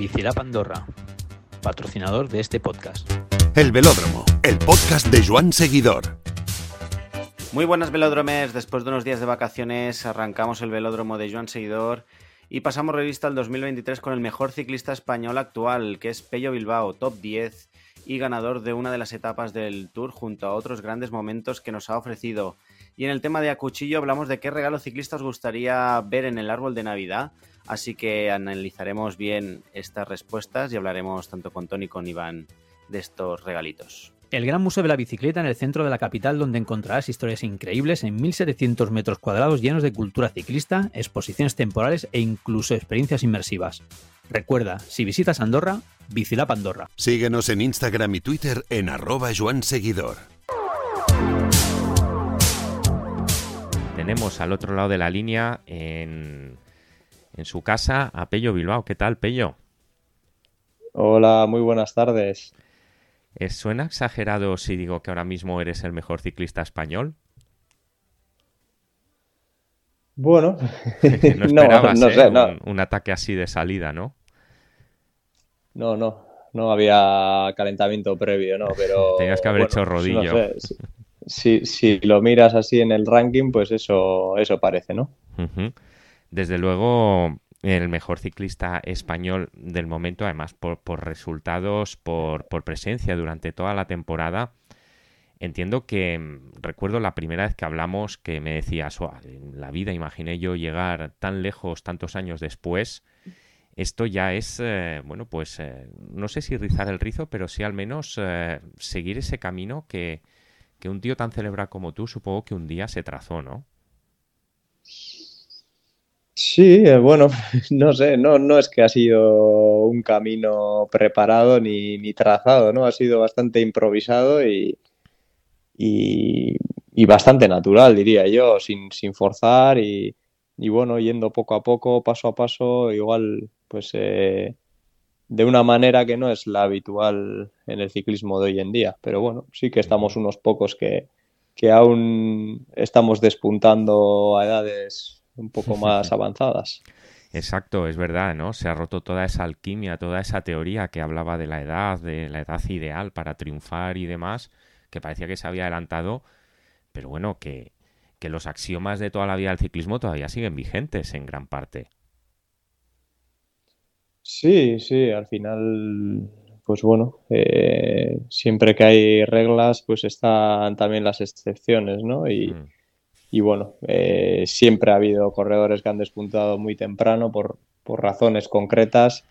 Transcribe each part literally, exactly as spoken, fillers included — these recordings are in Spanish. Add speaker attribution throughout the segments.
Speaker 1: Bicilab Andorra, patrocinador de este podcast.
Speaker 2: El Velódromo, el podcast de Joan Seguidor.
Speaker 3: Muy buenas velódromes, después de unos días de vacaciones arrancamos el Velódromo de Joan Seguidor y pasamos revista al dos mil veintitrés con el mejor ciclista español actual, que es Pello Bilbao, top diez y ganador de una de las etapas del Tour junto a otros grandes momentos que nos ha ofrecido. Y en el tema de a cuchillo hablamos de qué regalo ciclista os gustaría ver en el árbol de Navidad, así que analizaremos bien estas respuestas y hablaremos tanto con Tony como con Iván de estos regalitos.
Speaker 1: El Gran Museo de la Bicicleta en el centro de la capital, donde encontrarás historias increíbles en mil setecientos metros cuadrados llenos de cultura ciclista, exposiciones temporales e incluso experiencias inmersivas. Recuerda, si visitas Andorra, Bicilab Andorra.
Speaker 2: Síguenos en Instagram y Twitter en arroba Joan Seguidor.
Speaker 4: Tenemos al otro lado de la línea, en, en su casa, a Pello Bilbao. ¿Qué tal, Pello?
Speaker 5: Hola, muy buenas tardes.
Speaker 4: ¿Eh, ¿Suena exagerado si digo que ahora mismo eres el mejor ciclista español?
Speaker 5: Bueno,
Speaker 4: no esperabas
Speaker 5: no, no
Speaker 4: ¿eh?
Speaker 5: sé, no.
Speaker 4: Un, un ataque así de salida, ¿no?
Speaker 5: No, no, no había calentamiento previo, ¿no? Pero
Speaker 4: tenías que haber
Speaker 5: bueno,
Speaker 4: hecho rodillo.
Speaker 5: No sé, si, si lo miras así en el ranking, pues eso, eso parece, ¿no?
Speaker 4: Uh-huh. Desde luego, el mejor ciclista español del momento, además por, por resultados, por, por presencia durante toda la temporada. Entiendo que, recuerdo la primera vez que hablamos que me decías, oh, en la vida imaginé yo llegar tan lejos tantos años después. Esto ya es, eh, bueno, pues eh, no sé si rizar el rizo, pero sí al menos eh, seguir ese camino que, que un tío tan celebrado como tú supongo que un día se trazó, ¿no?
Speaker 5: Sí, bueno, no sé, no, no es que ha sido un camino preparado ni, ni trazado, ¿no? Ha sido bastante improvisado y, y, y bastante natural, diría yo, sin, sin forzar y, y bueno, yendo poco a poco, paso a paso, igual, pues eh, de una manera que no es la habitual en el ciclismo de hoy en día, pero bueno, sí que estamos unos pocos que, que aún estamos despuntando a edades un poco más avanzadas.
Speaker 4: Exacto, es verdad, ¿no? Se ha roto toda esa alquimia, toda esa teoría que hablaba de la edad, de la edad ideal para triunfar y demás, que parecía que se había adelantado, pero bueno, que, que los axiomas de toda la vida del ciclismo todavía siguen vigentes en gran parte.
Speaker 5: Sí, sí, al final, pues bueno, eh, siempre que hay reglas, pues están también las excepciones, ¿no? Y,
Speaker 4: Mm.
Speaker 5: y bueno, eh, siempre ha habido corredores que han despuntado muy temprano por, por razones concretas.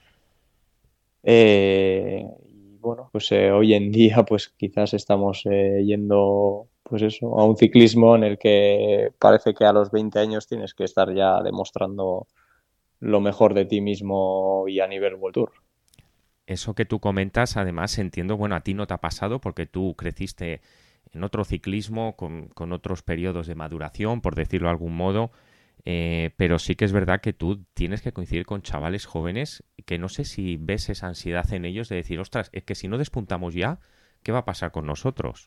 Speaker 5: Eh, y bueno, pues eh, hoy en día, pues quizás estamos eh, yendo, pues eso, a un ciclismo en el que parece que a los veinte años tienes que estar ya demostrando lo mejor de ti mismo y a nivel World Tour.
Speaker 4: Eso que tú comentas, además, entiendo, bueno, a ti no te ha pasado porque tú creciste en otro ciclismo, con, con otros periodos de maduración, por decirlo de algún modo, eh, pero sí que es verdad que tú tienes que coincidir con chavales jóvenes que no sé si ves esa ansiedad en ellos de decir, ostras, es que si no despuntamos ya, ¿qué va a pasar con nosotros?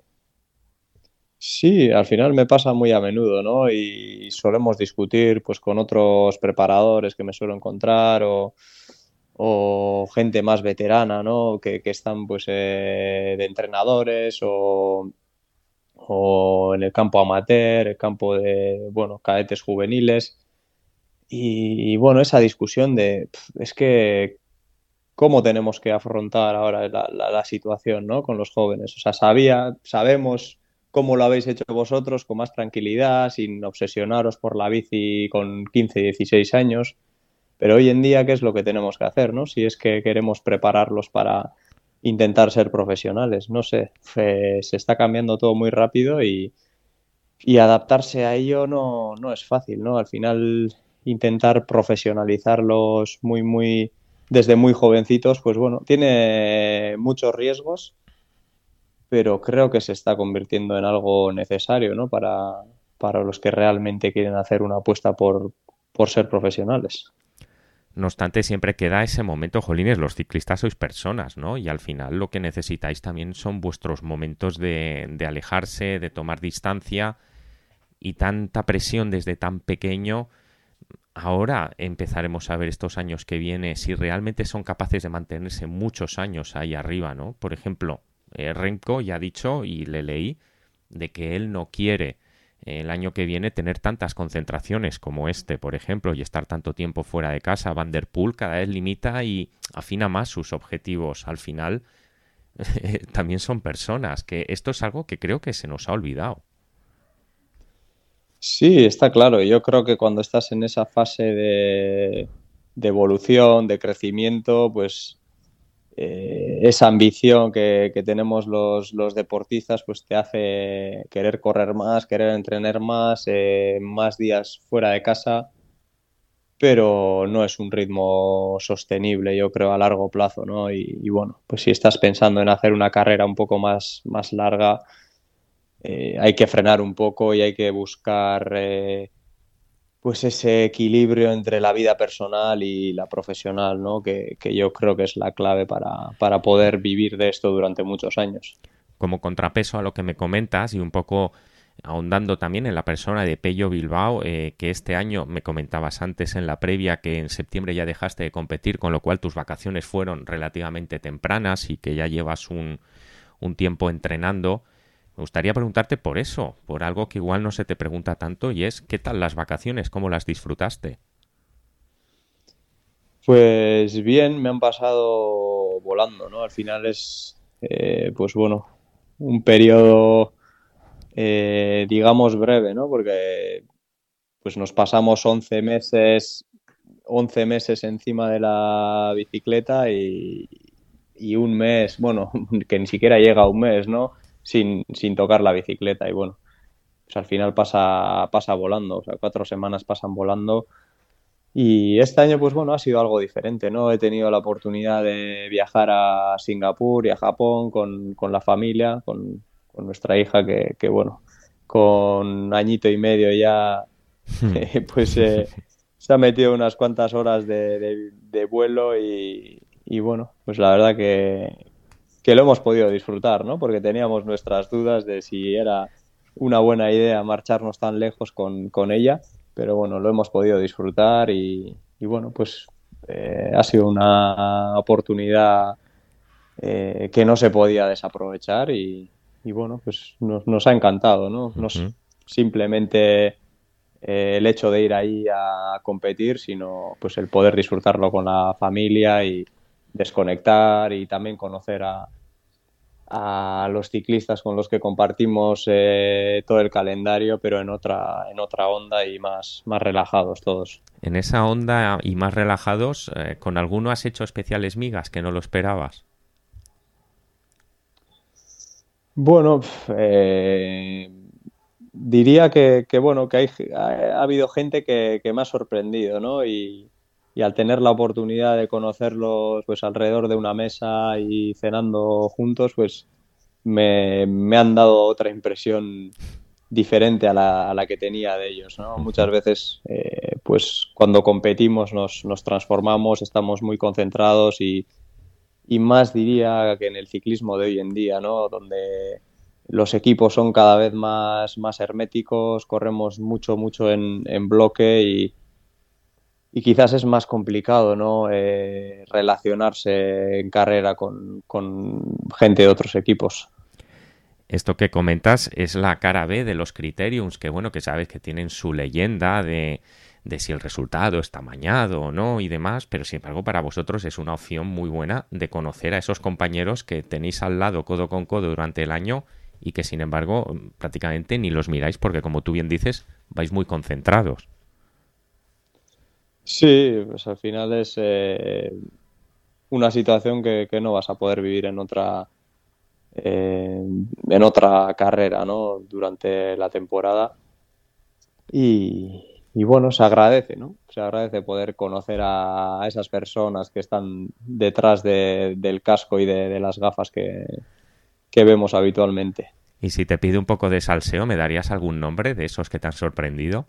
Speaker 5: Sí, al final me pasa muy a menudo, ¿no? Y solemos discutir pues con otros preparadores que me suelo encontrar o, o gente más veterana, ¿no? Que, que están pues eh, de entrenadores o, o en el campo amateur, el campo de, bueno, cadetes juveniles. Y, y, bueno, esa discusión de, pf, es que, ¿cómo tenemos que afrontar ahora la, la, la situación, ¿no? Con los jóvenes? O sea, sabía, sabemos cómo lo habéis hecho vosotros, con más tranquilidad, sin obsesionaros por la bici con quince, dieciséis años. Pero hoy en día, ¿qué es lo que tenemos que hacer, ¿no? Si es que queremos prepararlos para intentar ser profesionales. No sé, eh, se está cambiando todo muy rápido y, y adaptarse a ello no, no es fácil, ¿no? Al final, intentar profesionalizarlos muy, muy, desde muy jovencitos, pues bueno, tiene muchos riesgos, pero creo que se está convirtiendo en algo necesario, ¿no? Para, para los que realmente quieren hacer una apuesta por, por ser profesionales.
Speaker 4: No obstante, siempre queda ese momento, jolines, los ciclistas sois personas, ¿no? Y al final lo que necesitáis también son vuestros momentos de, de alejarse, de tomar distancia, y tanta presión desde tan pequeño ahora empezaremos a ver estos años que viene si realmente son capaces de mantenerse muchos años ahí arriba, ¿no? Por ejemplo, eh, Remco ya ha dicho, y le leí, de que él no quiere eh, el año que viene tener tantas concentraciones como este, por ejemplo, y estar tanto tiempo fuera de casa. Van der Poel cada vez limita y afina más sus objetivos. Al final, también son personas, que esto es algo que creo que se nos ha olvidado.
Speaker 5: Sí, está claro. Yo creo que cuando estás en esa fase de, de evolución, de crecimiento, pues eh, esa ambición que, que tenemos los, los deportistas, pues te hace querer correr más, querer entrenar más, eh, más días fuera de casa, pero no es un ritmo sostenible, yo creo, a largo plazo, ¿no? Y, y bueno, pues si estás pensando en hacer una carrera un poco más, más larga, eh, hay que frenar un poco y hay que buscar eh, pues ese equilibrio entre la vida personal y la profesional, ¿no? Que, que yo creo que es la clave para, para poder vivir de esto durante muchos años.
Speaker 4: Como contrapeso a lo que me comentas y un poco ahondando también en la persona de Pello Bilbao, eh, que este año me comentabas antes en la previa que en septiembre ya dejaste de competir, con lo cual tus vacaciones fueron relativamente tempranas y que ya llevas un, un tiempo entrenando. Me gustaría preguntarte por eso, por algo que igual no se te pregunta tanto, y es ¿qué tal las vacaciones? ¿Cómo las disfrutaste?
Speaker 5: Pues bien, me han pasado volando, ¿no? Al final es, eh, pues bueno, un periodo, eh, digamos, breve, ¿no? Porque pues nos pasamos once meses, once meses encima de la bicicleta y, y un mes, bueno, que ni siquiera llega a un mes, ¿no? Sin, sin tocar la bicicleta. Y bueno, pues al final pasa, pasa volando, o sea, cuatro semanas pasan volando. Y este año, pues bueno, ha sido algo diferente, ¿no? He tenido la oportunidad de viajar a Singapur y a Japón con, con la familia, con, con nuestra hija que, que, bueno, con añito y medio ya, eh, pues eh, se ha metido unas cuantas horas de, de, de vuelo y, y, bueno, pues la verdad que, que lo hemos podido disfrutar, ¿no? Porque teníamos nuestras dudas de si era una buena idea marcharnos tan lejos con, con ella, pero bueno, lo hemos podido disfrutar y, y bueno, pues eh, ha sido una oportunidad eh, que no se podía desaprovechar y, y bueno, pues nos, nos ha encantado, ¿no? No es
Speaker 4: Uh-huh.
Speaker 5: simplemente eh, el hecho de ir ahí a competir, sino pues el poder disfrutarlo con la familia y desconectar y también conocer a a los ciclistas con los que compartimos eh, todo el calendario, pero en otra, en otra onda y más, más relajados todos.
Speaker 4: En esa onda y más relajados, eh, ¿con alguno has hecho especiales migas que no lo esperabas?
Speaker 5: Bueno, eh, diría que, que, bueno, que hay, ha, ha habido gente que, que me ha sorprendido, ¿no? Y, y al tener la oportunidad de conocerlos pues alrededor de una mesa y cenando juntos, pues me, me han dado otra impresión diferente a la, a la que tenía de ellos, ¿no? Muchas veces, eh, pues cuando competimos nos, nos transformamos, estamos muy concentrados y, y más diría que en el ciclismo de hoy en día, ¿no? Donde los equipos son cada vez más, más herméticos, corremos mucho, mucho en, en bloque y, y quizás es más complicado, ¿no? Eh, relacionarse en carrera con, con gente de otros equipos.
Speaker 4: Esto que comentas es la cara B de los Criteriums, que bueno, que sabes que tienen su leyenda de, de si el resultado está amañado o no y demás, pero sin embargo para vosotros es una opción muy buena de conocer a esos compañeros que tenéis al lado codo con codo durante el año y que sin embargo prácticamente ni los miráis porque como tú bien dices, vais muy concentrados.
Speaker 5: Sí, pues al final es eh, una situación que, que no vas a poder vivir en otra eh, en otra carrera, ¿no? Durante la temporada y, y bueno, se agradece, ¿no? Se agradece poder conocer a esas personas que están detrás de, del casco y de, de las gafas que, que vemos habitualmente.
Speaker 4: Y si te pido un poco de salseo, ¿me darías algún nombre de esos que te han sorprendido?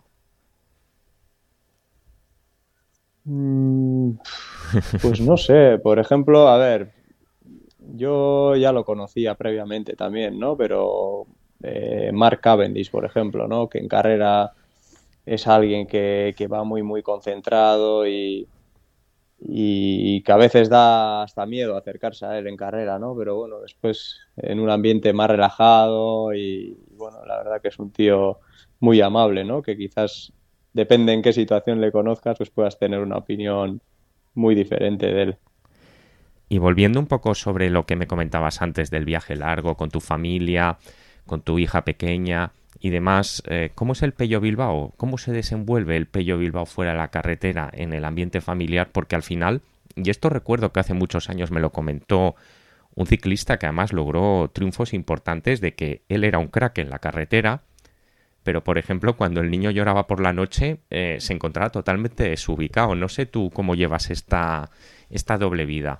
Speaker 5: Mm, pues no sé, por ejemplo, a ver, yo ya lo conocía previamente también, ¿no? Pero eh, Mark Cavendish, por ejemplo, ¿no? Que en carrera es alguien que, que va muy, muy concentrado y, y que a veces da hasta miedo acercarse a él en carrera, ¿no? Pero bueno, después en un ambiente más relajado y bueno, la verdad que es un tío muy amable, ¿no? Que quizás depende en qué situación le conozcas, pues puedas tener una opinión muy diferente de él.
Speaker 4: Y volviendo un poco sobre lo que me comentabas antes del viaje largo con tu familia, con tu hija pequeña y demás, eh, ¿cómo es el Pello Bilbao? ¿Cómo se desenvuelve el Pello Bilbao fuera de la carretera en el ambiente familiar? Porque al final, y esto recuerdo que hace muchos años me lo comentó un ciclista que además logró triunfos importantes de que él era un crack en la carretera, pero por ejemplo cuando el niño lloraba por la noche eh, se encontraba totalmente desubicado. No sé tú cómo llevas esta, esta doble vida.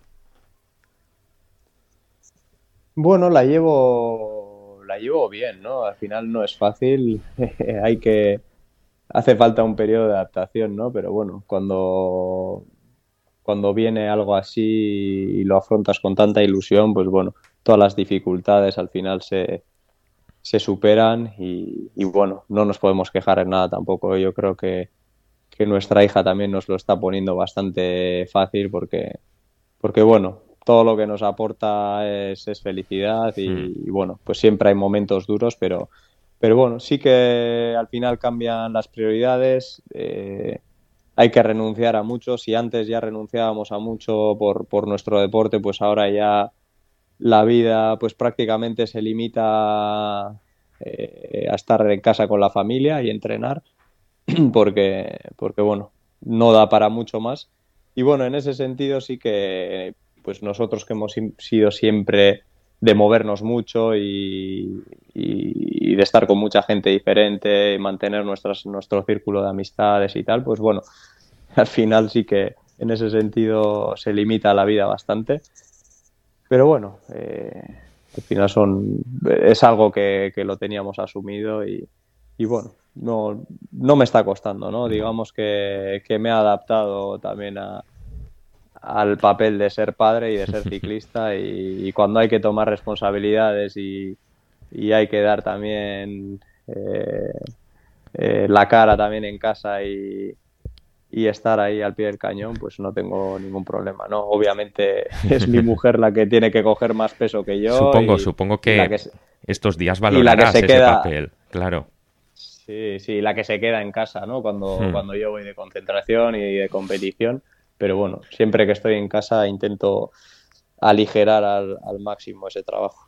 Speaker 5: Bueno, la llevo, la llevo bien, ¿no? Al final no es fácil, hay que, hace falta un periodo de adaptación, ¿no? Pero bueno, cuando, cuando viene algo así y lo afrontas con tanta ilusión, pues bueno, todas las dificultades al final se, se superan y, y bueno, no nos podemos quejar en nada tampoco. Yo creo que, que nuestra hija también nos lo está poniendo bastante fácil porque, porque bueno, todo lo que nos aporta es, es felicidad
Speaker 4: Hmm.
Speaker 5: y, y bueno, pues siempre hay momentos duros, pero, pero bueno, sí que al final cambian las prioridades, eh, hay que renunciar a mucho. Si antes ya renunciábamos a mucho por, por nuestro deporte, pues ahora ya la vida pues prácticamente se limita eh, a estar en casa con la familia y entrenar porque, porque bueno, no da para mucho más. Y bueno, en ese sentido sí que pues nosotros que hemos sido siempre de movernos mucho y, y, y de estar con mucha gente diferente y mantener nuestras, nuestro círculo de amistades y tal, pues bueno, al final sí que en ese sentido se limita la vida bastante. Pero bueno, eh, al final son, es algo que, que lo teníamos asumido y, y bueno, no, no me está costando, ¿no?
Speaker 4: No.
Speaker 5: Digamos que, que me he adaptado también a, al papel de ser padre y de ser ciclista y, y cuando hay que tomar responsabilidades y, y hay que dar también eh, eh, la cara también en casa y, y estar ahí al pie del cañón, pues no tengo ningún problema, ¿no? Obviamente es mi mujer la que tiene que coger más peso que yo
Speaker 4: Supongo,
Speaker 5: y,
Speaker 4: supongo
Speaker 5: y la
Speaker 4: que
Speaker 5: que se-
Speaker 4: estos días
Speaker 5: y la que
Speaker 4: valorarás
Speaker 5: se
Speaker 4: ese
Speaker 5: queda,
Speaker 4: papel, claro.
Speaker 5: sí, sí, la que se queda en casa, ¿no? Cuando,
Speaker 4: Hmm.
Speaker 5: cuando yo voy de concentración y de competición, pero bueno, siempre que estoy en casa intento aligerar al, al máximo ese trabajo.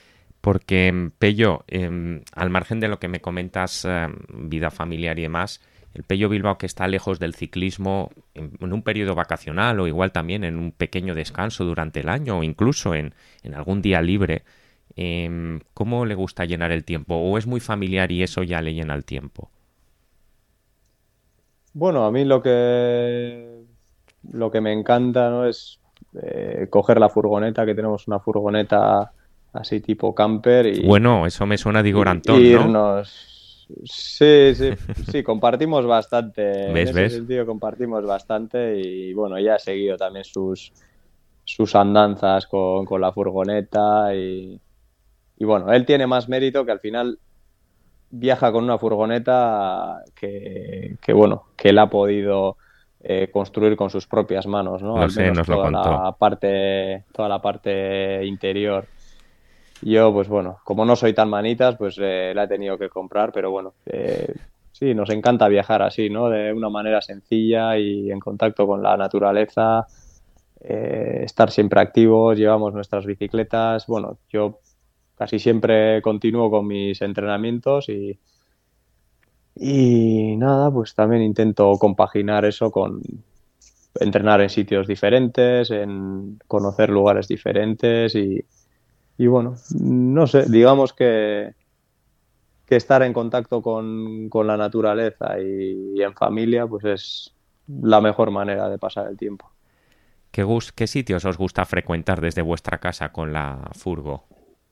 Speaker 4: Porque, Pello, eh, al margen de lo que me comentas, eh, vida familiar y demás, el Pello Bilbao que está lejos del ciclismo en, en un periodo vacacional o igual también en un pequeño descanso durante el año o incluso en, en algún día libre, eh, ¿cómo le gusta llenar el tiempo? ¿O es muy familiar y eso ya le llena el tiempo?
Speaker 5: Bueno, a mí lo que lo que me encanta, ¿no? Es eh, coger la furgoneta, que tenemos una furgoneta así tipo camper y,
Speaker 4: Bueno, eso me suena de
Speaker 5: y-
Speaker 4: Gorantón,
Speaker 5: y
Speaker 4: ¿no?
Speaker 5: irnos. Sí, sí, sí, compartimos bastante. En
Speaker 4: ¿Ves,
Speaker 5: ese
Speaker 4: ves?
Speaker 5: sentido compartimos bastante y bueno, ella ha seguido también sus, sus andanzas con, con la furgoneta y, y bueno, él tiene más mérito que al final viaja con una furgoneta que, que bueno, que él ha podido eh, construir con sus propias manos, ¿no?
Speaker 4: Lo
Speaker 5: Al
Speaker 4: sé,
Speaker 5: menos
Speaker 4: nos lo
Speaker 5: toda
Speaker 4: contó.
Speaker 5: la parte, toda la parte interior. Yo, pues bueno, como no soy tan manitas, pues eh, la he tenido que comprar, pero bueno, eh, sí, nos encanta viajar así, ¿no? De una manera sencilla y en contacto con la naturaleza, eh, estar siempre activos, llevamos nuestras bicicletas, bueno, yo casi siempre continúo con mis entrenamientos y, y nada, pues también intento compaginar eso con entrenar en sitios diferentes, en conocer lugares diferentes y, y bueno, no sé, digamos que, que estar en contacto con, con la naturaleza y, y en familia pues es la mejor manera de pasar el tiempo.
Speaker 4: ¿Qué, gus- qué sitios os gusta frecuentar desde vuestra casa con la furgo?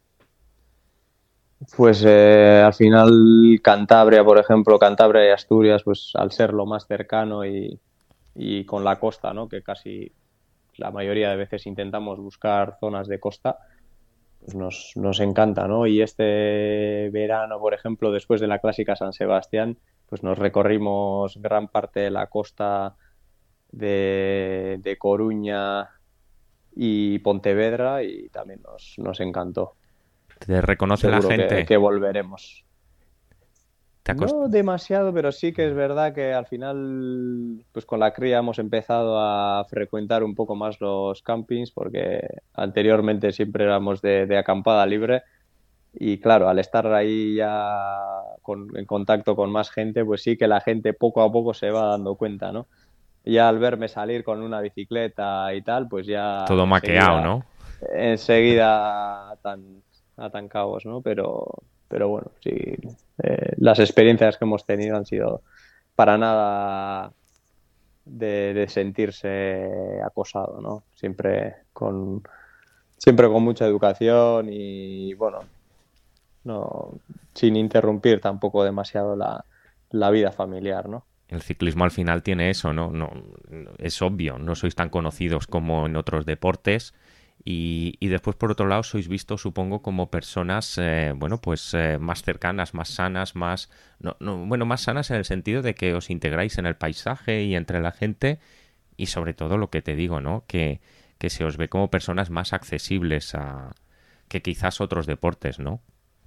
Speaker 5: Pues eh, al final Cantabria, por ejemplo, Cantabria y Asturias, pues al ser lo más cercano y, y con la costa, ¿no? Que casi la mayoría de veces intentamos buscar zonas de costa, pues nos, nos encanta, ¿no? Y este verano, por ejemplo, después de la clásica San Sebastián, pues nos recorrimos gran parte de la costa de, de Coruña y Pontevedra y también nos, nos encantó.
Speaker 4: ¿Te reconoce la
Speaker 5: Seguro
Speaker 4: gente?
Speaker 5: que, que volveremos.
Speaker 4: ¿Te acost-
Speaker 5: No demasiado, pero sí que es verdad que al final, pues con la cría hemos empezado a frecuentar un poco más los campings, porque anteriormente siempre éramos de, de acampada libre y claro, al estar ahí ya con- en contacto con más gente, pues sí que la gente poco a poco se va dando cuenta, ¿no? Y ya al verme salir con una bicicleta y tal, pues ya
Speaker 4: Todo maqueado,
Speaker 5: enseguida,
Speaker 4: ¿no?
Speaker 5: enseguida atan, atan cabos, ¿no? Pero, pero bueno, sí, eh, las experiencias que hemos tenido han sido para nada de, de sentirse acosado, ¿no? Siempre con, siempre con mucha educación y, bueno, no, sin interrumpir tampoco demasiado la, la vida familiar, ¿no?
Speaker 4: El ciclismo al final tiene eso, ¿no? No, es obvio, no sois tan conocidos como en otros deportes y, y después por otro lado sois vistos, supongo, como personas, eh, bueno, pues eh, más cercanas, más sanas, más, no, no, bueno, más sanas en el sentido de que os integráis en el paisaje y entre la gente y sobre todo lo que te digo, ¿no? Que, que se os ve como personas más accesibles a que quizás otros deportes, ¿no?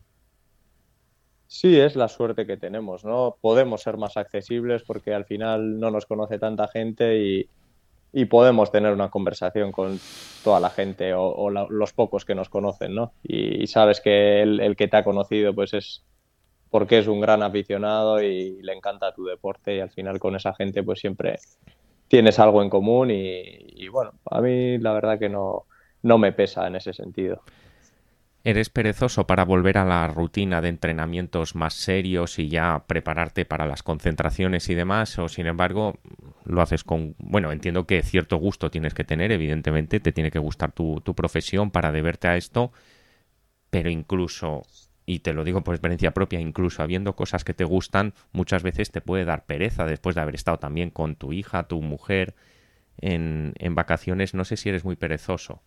Speaker 5: Sí, es la suerte que tenemos, ¿no? Podemos ser más accesibles porque al final no nos conoce tanta gente y, y podemos tener una conversación con toda la gente o, o la- los pocos que nos conocen, ¿no? Y, y sabes que el, el que te ha conocido pues es porque es un gran aficionado y le encanta tu deporte y al final con esa gente pues siempre tienes algo en común y, y bueno, a mí la verdad que no, no me pesa en ese sentido.
Speaker 4: ¿Eres perezoso para volver a la rutina de entrenamientos más serios y ya prepararte para las concentraciones y demás? ¿O sin embargo lo haces con... Bueno, entiendo que cierto gusto tienes que tener, evidentemente, te tiene que gustar tu, tu profesión para deberte a esto, pero incluso, y te lo digo por experiencia propia, incluso habiendo cosas que te gustan, muchas veces te puede dar pereza después de haber estado también con tu hija, tu mujer, en, en vacaciones. No sé si eres muy perezoso.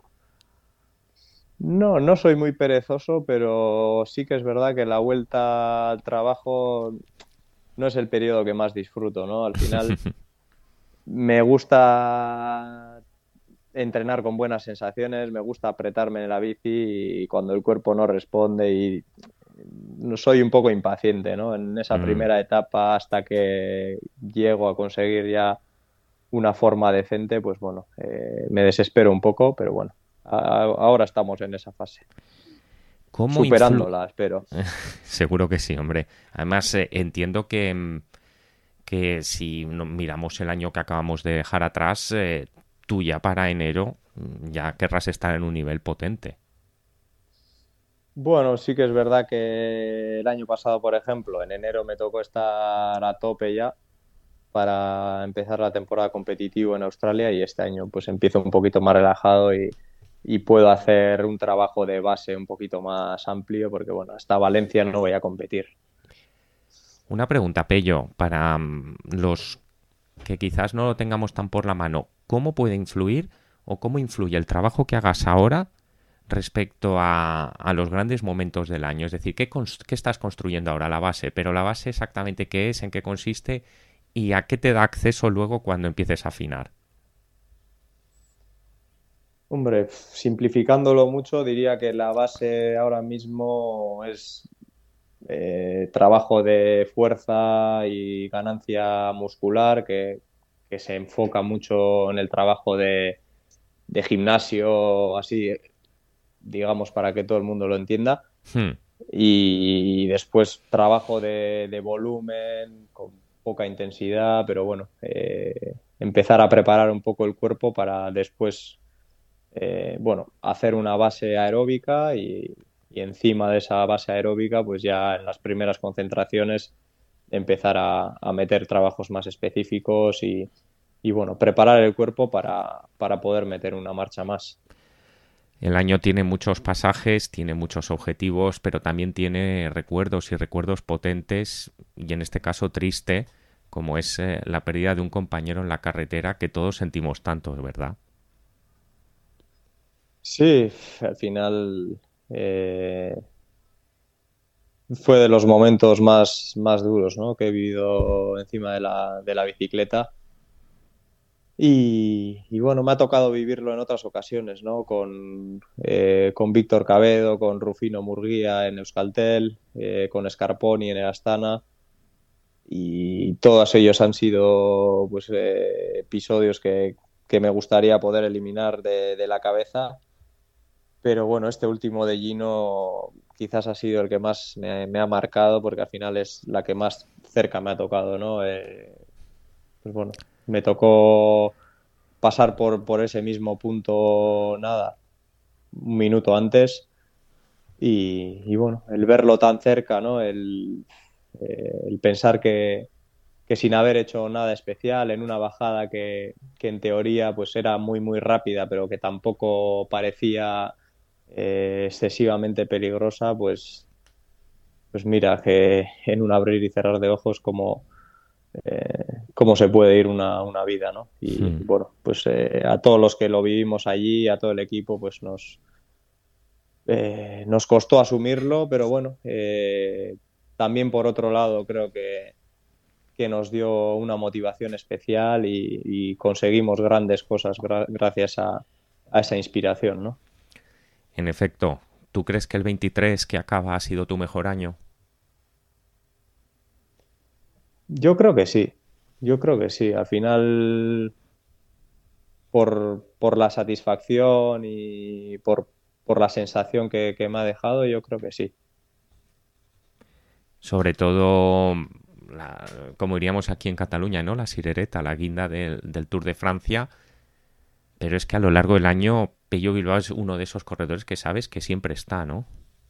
Speaker 5: No, no soy muy perezoso, pero sí que es verdad que la vuelta al trabajo no es el periodo que más disfruto, ¿no? Al final me gusta entrenar con buenas sensaciones, me gusta apretarme en la bici y cuando el cuerpo no responde y no soy un poco impaciente, ¿no? En esa
Speaker 4: Mm.
Speaker 5: primera etapa hasta que llego a conseguir ya una forma decente, pues bueno, eh, me desespero un poco, pero bueno, a- ahora estamos en esa fase,
Speaker 4: ¿Cómo influ...
Speaker 5: superándola, espero.
Speaker 4: Seguro que sí, hombre. Además, eh, entiendo que, mm, que si no- miramos el año que acabamos de dejar atrás, eh, tú ya para enero mm, ya querrás estar en un nivel potente.
Speaker 5: Bueno, sí que es verdad que el año pasado, por ejemplo, en enero me tocó estar a tope ya para empezar la temporada competitiva en Australia y este año pues empiezo un poquito más relajado y, y puedo hacer un trabajo de base un poquito más amplio porque bueno, hasta Valencia no voy a competir.
Speaker 4: Una pregunta, Pello, para mm, los que quizás no lo tengamos tan por la mano. ¿Cómo puede influir o cómo influye el trabajo que hagas ahora respecto a, a los grandes momentos del año? Es decir, ¿qué, cons- qué estás construyendo ahora? La base, pero la base exactamente qué es, en qué consiste y a qué te da acceso luego cuando empieces a afinar.
Speaker 5: Hombre, simplificándolo mucho, diría que la base ahora mismo es eh, trabajo de fuerza y ganancia muscular que, que se enfoca mucho en el trabajo de, de gimnasio, así, digamos, para que todo el mundo lo entienda.
Speaker 4: Hmm.
Speaker 5: Y después trabajo de, de volumen, con poca intensidad, pero bueno, eh, empezar a preparar un poco el cuerpo para después, eh, bueno, hacer una base aeróbica y, y encima de esa base aeróbica, pues ya en las primeras concentraciones empezar a, a meter trabajos más específicos y, y, bueno, preparar el cuerpo para, para poder meter una marcha más.
Speaker 4: El año tiene muchos pasajes, tiene muchos objetivos, pero también tiene recuerdos y recuerdos potentes y en este caso triste, como es eh, la pérdida de un compañero en la carretera que todos sentimos tanto, ¿verdad?
Speaker 5: Sí, al final eh, fue de los momentos más, más duros, ¿no?, que he vivido encima de la, de la bicicleta. Y, y bueno, me ha tocado vivirlo en otras ocasiones, ¿no? Con, eh, con Víctor Cabedo, con Rufino Murguía en Euskaltel, eh, con Scarponi en el Astana. Y todos ellos han sido pues, eh, episodios que, que me gustaría poder eliminar de, de la cabeza. Pero bueno, este último de Gino quizás ha sido el que más me, me ha marcado, porque al final es la que más cerca me ha tocado, ¿no? Eh, pues bueno, me tocó pasar por, por ese mismo punto, nada, un minuto antes. Y, y bueno, el verlo tan cerca, ¿no? El, eh, el pensar que, que sin haber hecho nada especial en una bajada que, que en teoría pues era muy muy rápida, pero que tampoco parecía eh, excesivamente peligrosa, pues, pues mira que en un abrir y cerrar de ojos como eh, cómo se puede ir una, una vida, ¿no? Y
Speaker 4: Hmm.
Speaker 5: bueno, pues eh, a todos los que lo vivimos allí, a todo el equipo, pues nos, eh, nos costó asumirlo, pero bueno, eh, también por otro lado creo que, que nos dio una motivación especial y, y conseguimos grandes cosas gra- gracias a, a esa inspiración, ¿no?
Speaker 4: En efecto, ¿tú crees que el veintitrés que acaba ha sido tu mejor año?
Speaker 5: Yo creo que sí, yo creo que sí. Al final, por, por la satisfacción y por, por la sensación que, que me ha dejado, yo creo que sí.
Speaker 4: Sobre todo, la- como diríamos aquí en Cataluña, ¿no? La sirereta, la guinda del, del Tour de Francia. Pero es que a lo largo del año, Pello Bilbao es uno de esos corredores que sabes que siempre está, ¿no?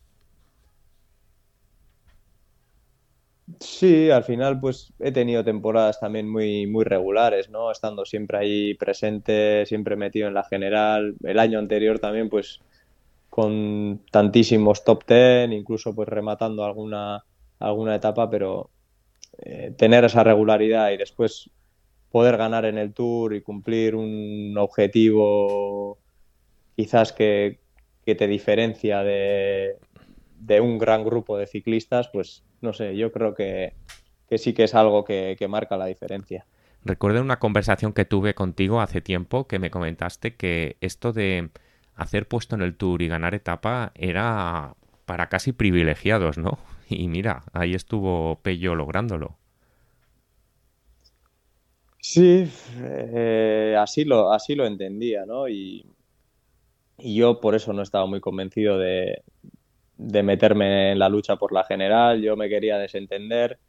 Speaker 5: Sí, al final pues he tenido temporadas también muy, muy regulares, ¿no? Estando siempre ahí presente, siempre metido en la general. El año anterior también pues con tantísimos top ten, incluso pues rematando alguna, alguna etapa, pero eh, tener esa regularidad y después poder ganar en el Tour y cumplir un objetivo quizás que, que te diferencia de, de un gran grupo de ciclistas, pues no sé, yo creo que, que sí que es algo que, que marca la diferencia.
Speaker 4: Recuerdo una conversación que tuve contigo hace tiempo que me comentaste que esto de hacer puesto en el Tour y ganar etapa era para casi privilegiados, ¿no? Y mira, ahí estuvo Pello lográndolo.
Speaker 5: Sí, eh, así lo, así lo entendía, ¿no? Y, y yo por eso no estaba muy convencido de, de meterme en la lucha por la general. Yo me quería desentender.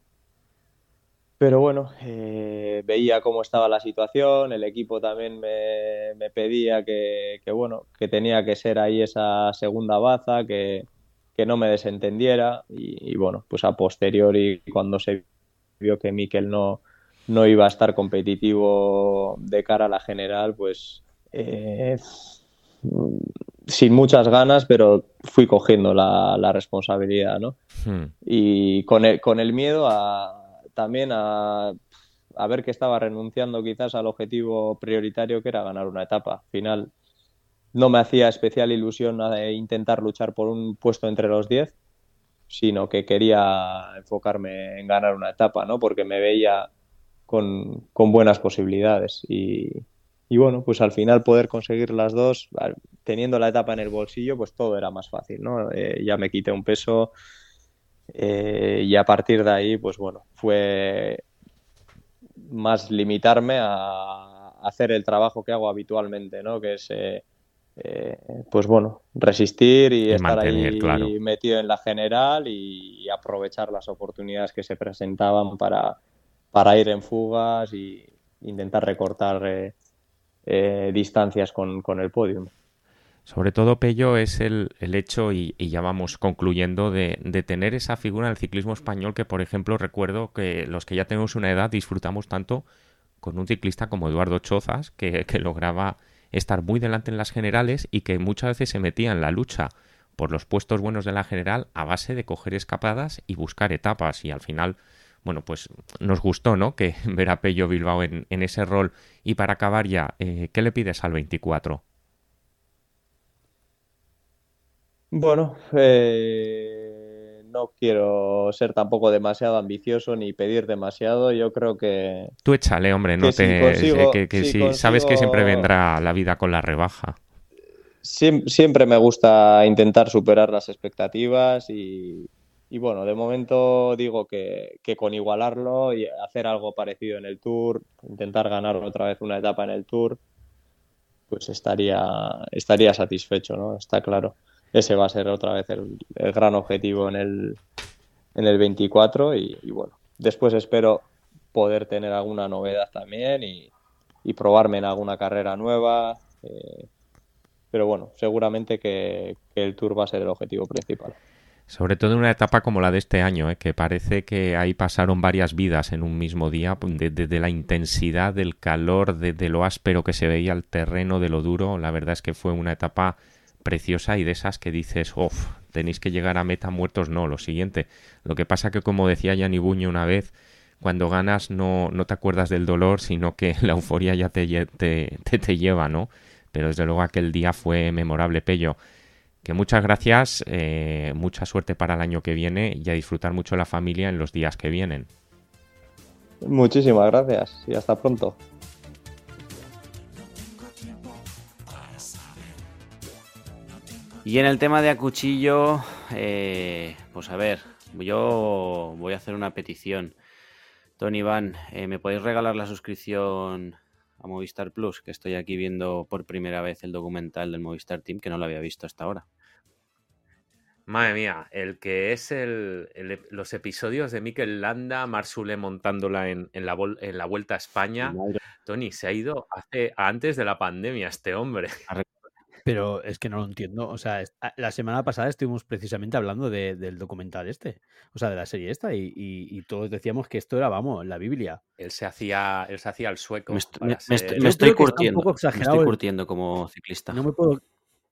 Speaker 5: Pero bueno, eh, veía cómo estaba la situación, el equipo también me, me pedía que, que, bueno, que tenía que ser ahí esa segunda baza, que, que no me desentendiera y, y bueno, pues a posteriori cuando se vio que Mikel no, no iba a estar competitivo de cara a la general, pues eh, sin muchas ganas, pero fui cogiendo la, la responsabilidad, ¿no?
Speaker 4: Hmm.
Speaker 5: Y con el, con el miedo a, también a, a ver que estaba renunciando quizás al objetivo prioritario que era ganar una etapa. Al final no me hacía especial ilusión a intentar luchar por un puesto entre los diez, sino que quería enfocarme en ganar una etapa, ¿no? Porque me veía con, con buenas posibilidades. Y, y bueno, pues al final poder conseguir las dos, teniendo la etapa en el bolsillo, pues todo era más fácil, ¿no? Eh, ya me quité un peso. Eh, y a partir de ahí, pues bueno, fue más limitarme a hacer el trabajo que hago habitualmente, ¿no? Que es, eh, eh, pues bueno, resistir y
Speaker 4: Y
Speaker 5: estar
Speaker 4: mantener, claro.
Speaker 5: ahí metido en la general y, y aprovechar las oportunidades que se presentaban para, para ir en fugas y intentar recortar eh, eh, distancias con, con el podium.
Speaker 4: Sobre todo, Pello, es el, el hecho, y, y ya vamos concluyendo, de, de tener esa figura en el ciclismo español que, por ejemplo, recuerdo que los que ya tenemos una edad disfrutamos tanto con un ciclista como Eduardo Chozas, que, que lograba estar muy delante en las generales y que muchas veces se metía en la lucha por los puestos buenos de la general a base de coger escapadas y buscar etapas. Y al final, bueno, pues nos gustó, ¿no?, que ver a Pello Bilbao en, en ese rol. Y para acabar ya, eh, ¿qué le pides al veinticuatro?
Speaker 5: Bueno, eh, no quiero ser tampoco demasiado ambicioso ni pedir demasiado. Yo creo que...
Speaker 4: Tú échale, hombre, no
Speaker 5: que si
Speaker 4: te...
Speaker 5: consigo-
Speaker 4: que, que
Speaker 5: si
Speaker 4: si sabes que siempre
Speaker 5: consigo-
Speaker 4: vendrá la vida con la rebaja.
Speaker 5: Siem- siempre me gusta intentar superar las expectativas y, y bueno, de momento digo que, que con igualarlo y hacer algo parecido en el Tour, intentar ganar otra vez una etapa en el Tour, pues estaría, estaría satisfecho, ¿no? Está claro. Ese va a ser otra vez el, el gran objetivo en el, en el veinticuatro y, y bueno, después espero poder tener alguna novedad también y, y probarme en alguna carrera nueva. eh, Pero bueno, seguramente que, que el Tour va a ser el objetivo principal.
Speaker 4: Sobre todo en una etapa como la de este año, ¿eh? Que parece que ahí pasaron varias vidas en un mismo día, de, de, de la intensidad, del calor, de, de lo áspero que se veía el terreno, de lo duro. La verdad es que fue una etapa preciosa y de esas que dices, uff, tenéis que llegar a meta muertos. No, lo siguiente. Lo que pasa que, como decía Gianni Buño una vez, cuando ganas no, no te acuerdas del dolor, sino que la euforia ya te, lle- te, te, te lleva, ¿no? Pero desde luego aquel día fue memorable, Pello. Que muchas gracias, eh, mucha suerte para el año que viene y a disfrutar mucho la familia en los días que vienen.
Speaker 5: Muchísimas gracias y hasta pronto.
Speaker 3: Y en el tema de a cuchillo, eh, pues a ver, yo voy a hacer una petición. Tony Iván, eh, ¿me podéis regalar la suscripción a Movistar Plus? Que estoy aquí viendo por primera vez el documental del Movistar Team, que no lo había visto hasta ahora.
Speaker 4: Madre mía, el que es el, el- los episodios de Mikel Landa, Marsule montándola en, en la, vol- en la Vuelta a España. Tony, se ha ido hace antes de la pandemia este hombre.
Speaker 1: Pero es que no lo entiendo. O sea, es- a- la semana pasada estuvimos precisamente hablando de- del documental este, o sea, de la serie esta, y, y- y todos decíamos que esto era, vamos, la Biblia.
Speaker 4: Él se hacía, él se hacía el sueco.
Speaker 3: Me, est-
Speaker 4: para
Speaker 3: me- me
Speaker 4: ser-
Speaker 3: est-
Speaker 1: Yo
Speaker 3: me estoy
Speaker 1: creo que está un
Speaker 3: curtiendo.
Speaker 1: poco
Speaker 3: Me
Speaker 1: exagerado
Speaker 3: estoy
Speaker 1: el-
Speaker 3: curtiendo como ciclista.
Speaker 1: No me puedo.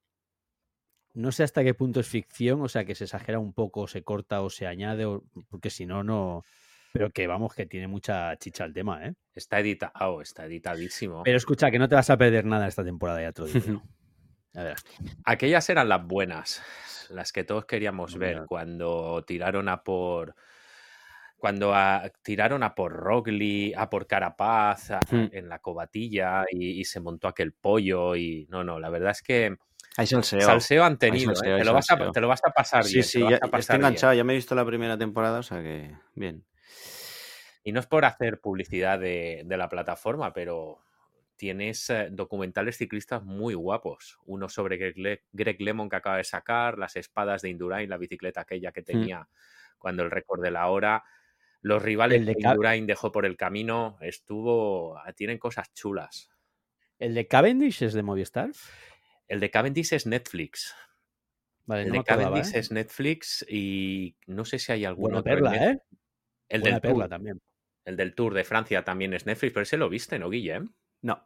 Speaker 1: No sé hasta qué punto es ficción, o sea, que se exagera un poco, se corta o se añade, o- porque si no, no. Pero que vamos, que tiene mucha chicha el tema, ¿eh?
Speaker 4: Está editado, está editadísimo.
Speaker 1: Pero escucha, que no te vas a perder nada esta temporada, ya te lo digo yo. A ver.
Speaker 4: Aquellas eran las buenas, las que todos queríamos
Speaker 1: No,
Speaker 4: ver,
Speaker 1: mira.
Speaker 4: cuando tiraron a por cuando a- tiraron a por Roglic, a por Carapaz a-
Speaker 3: Hmm.
Speaker 4: en la cobatilla y, y se montó aquel pollo y no, no, la verdad es que
Speaker 3: Hay salseo.
Speaker 4: salseo han
Speaker 3: Hay
Speaker 4: tenido,
Speaker 3: salseo,
Speaker 4: ¿eh?
Speaker 3: hay
Speaker 4: Te lo, vas a,
Speaker 3: salseo.
Speaker 4: te lo vas a pasar
Speaker 3: Sí,
Speaker 4: bien.
Speaker 3: sí,
Speaker 4: te lo vas
Speaker 3: ya,
Speaker 4: a
Speaker 3: ya estoy
Speaker 4: pasar bien.
Speaker 3: enganchado. Ya me he visto la primera temporada, o sea que bien.
Speaker 4: Y no es por hacer publicidad de, de la plataforma, pero tienes eh, documentales ciclistas muy guapos. Uno sobre Greg, Le- Greg Lemon que acaba de sacar, las espadas de Indurain, la bicicleta aquella que tenía cuando el récord de la hora, los rivales
Speaker 1: El de
Speaker 4: que
Speaker 1: Ca-
Speaker 4: Indurain dejó por el camino, estuvo, tienen cosas chulas.
Speaker 1: ¿El de Cavendish es de Movistar?
Speaker 4: El de Cavendish es Netflix.
Speaker 1: Vale,
Speaker 4: El
Speaker 1: no
Speaker 4: de
Speaker 1: me acordaba,
Speaker 4: Cavendish
Speaker 1: ¿eh?
Speaker 4: es Netflix y no sé si hay algún
Speaker 1: Buena
Speaker 4: otro en
Speaker 1: perla,
Speaker 4: Net-
Speaker 1: ¿eh?
Speaker 4: El
Speaker 1: Buena
Speaker 4: del
Speaker 1: perla
Speaker 4: Tour,
Speaker 1: también.
Speaker 4: el del Tour de Francia también es Netflix, pero ese lo viste, ¿no, Guillem?
Speaker 3: No.